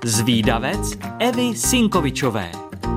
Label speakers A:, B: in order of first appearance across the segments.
A: Zvídavec Evy Sinkovičové.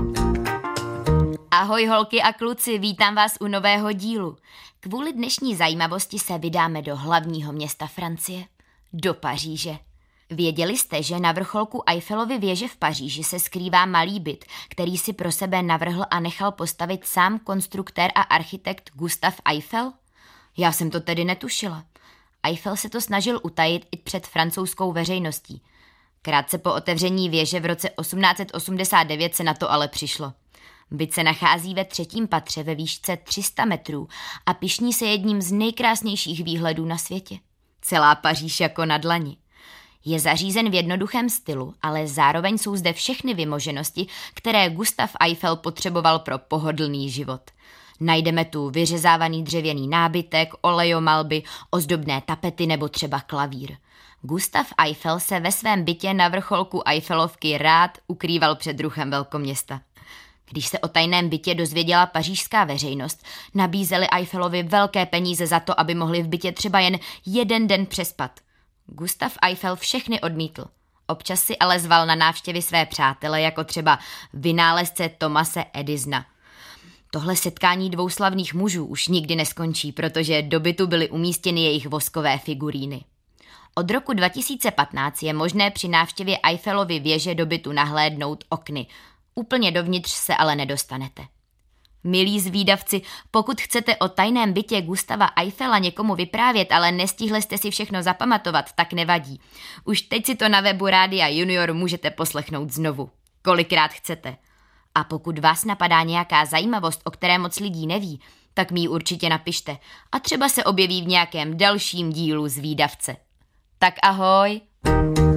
B: Ahoj holky a kluci, vítám vás u nového dílu. Kvůli dnešní zajímavosti se vydáme do hlavního města Francie, do Paříže. Věděli jste, že na vrcholku Eiffelovy věže v Paříži se skrývá malý byt, který si pro sebe navrhl a nechal postavit sám konstruktér a architekt Gustave Eiffel? Já jsem to tedy netušila. Eiffel se to snažil utajit i před francouzskou veřejností. Krátce po otevření věže v roce 1889 se na to ale přišlo. Byt se nachází ve 3. patře ve výšce 300 metrů a pyšní se jedním z nejkrásnějších výhledů na světě. Celá Paříž jako na dlani. Je zařízen v jednoduchém stylu, ale zároveň jsou zde všechny vymoženosti, které Gustave Eiffel potřeboval pro pohodlný život. Najdeme tu vyřezávaný dřevěný nábytek, olejomalby, ozdobné tapety nebo třeba klavír. Gustave Eiffel se ve svém bytě na vrcholku Eiffelovky rád ukrýval před ruchem velkoměsta. Když se o tajném bytě dozvěděla pařížská veřejnost, nabízeli Eiffelovi velké peníze za to, aby mohli v bytě třeba jen jeden den přespat. Gustave Eiffel všechny odmítl. Občas si ale zval na návštěvy své přátele, jako třeba vynálezce Thomase Edisona. Tohle setkání dvou slavných mužů už nikdy neskončí, protože do bytu byly umístěny jejich voskové figuríny. Od roku 2015 je možné při návštěvě Eiffelovy věže do bytu nahlédnout okny. Úplně dovnitř se ale nedostanete. Milí zvídavci, pokud chcete o tajném bytě Gustava Eiffela někomu vyprávět, ale nestihli jste si všechno zapamatovat, tak nevadí. Už teď si to na webu Rádia Junior můžete poslechnout znovu, kolikrát chcete. A pokud vás napadá nějaká zajímavost, o které moc lidí neví, tak mi ji určitě napište a třeba se objeví v nějakém dalším dílu Zvídavce. Tak ahoj!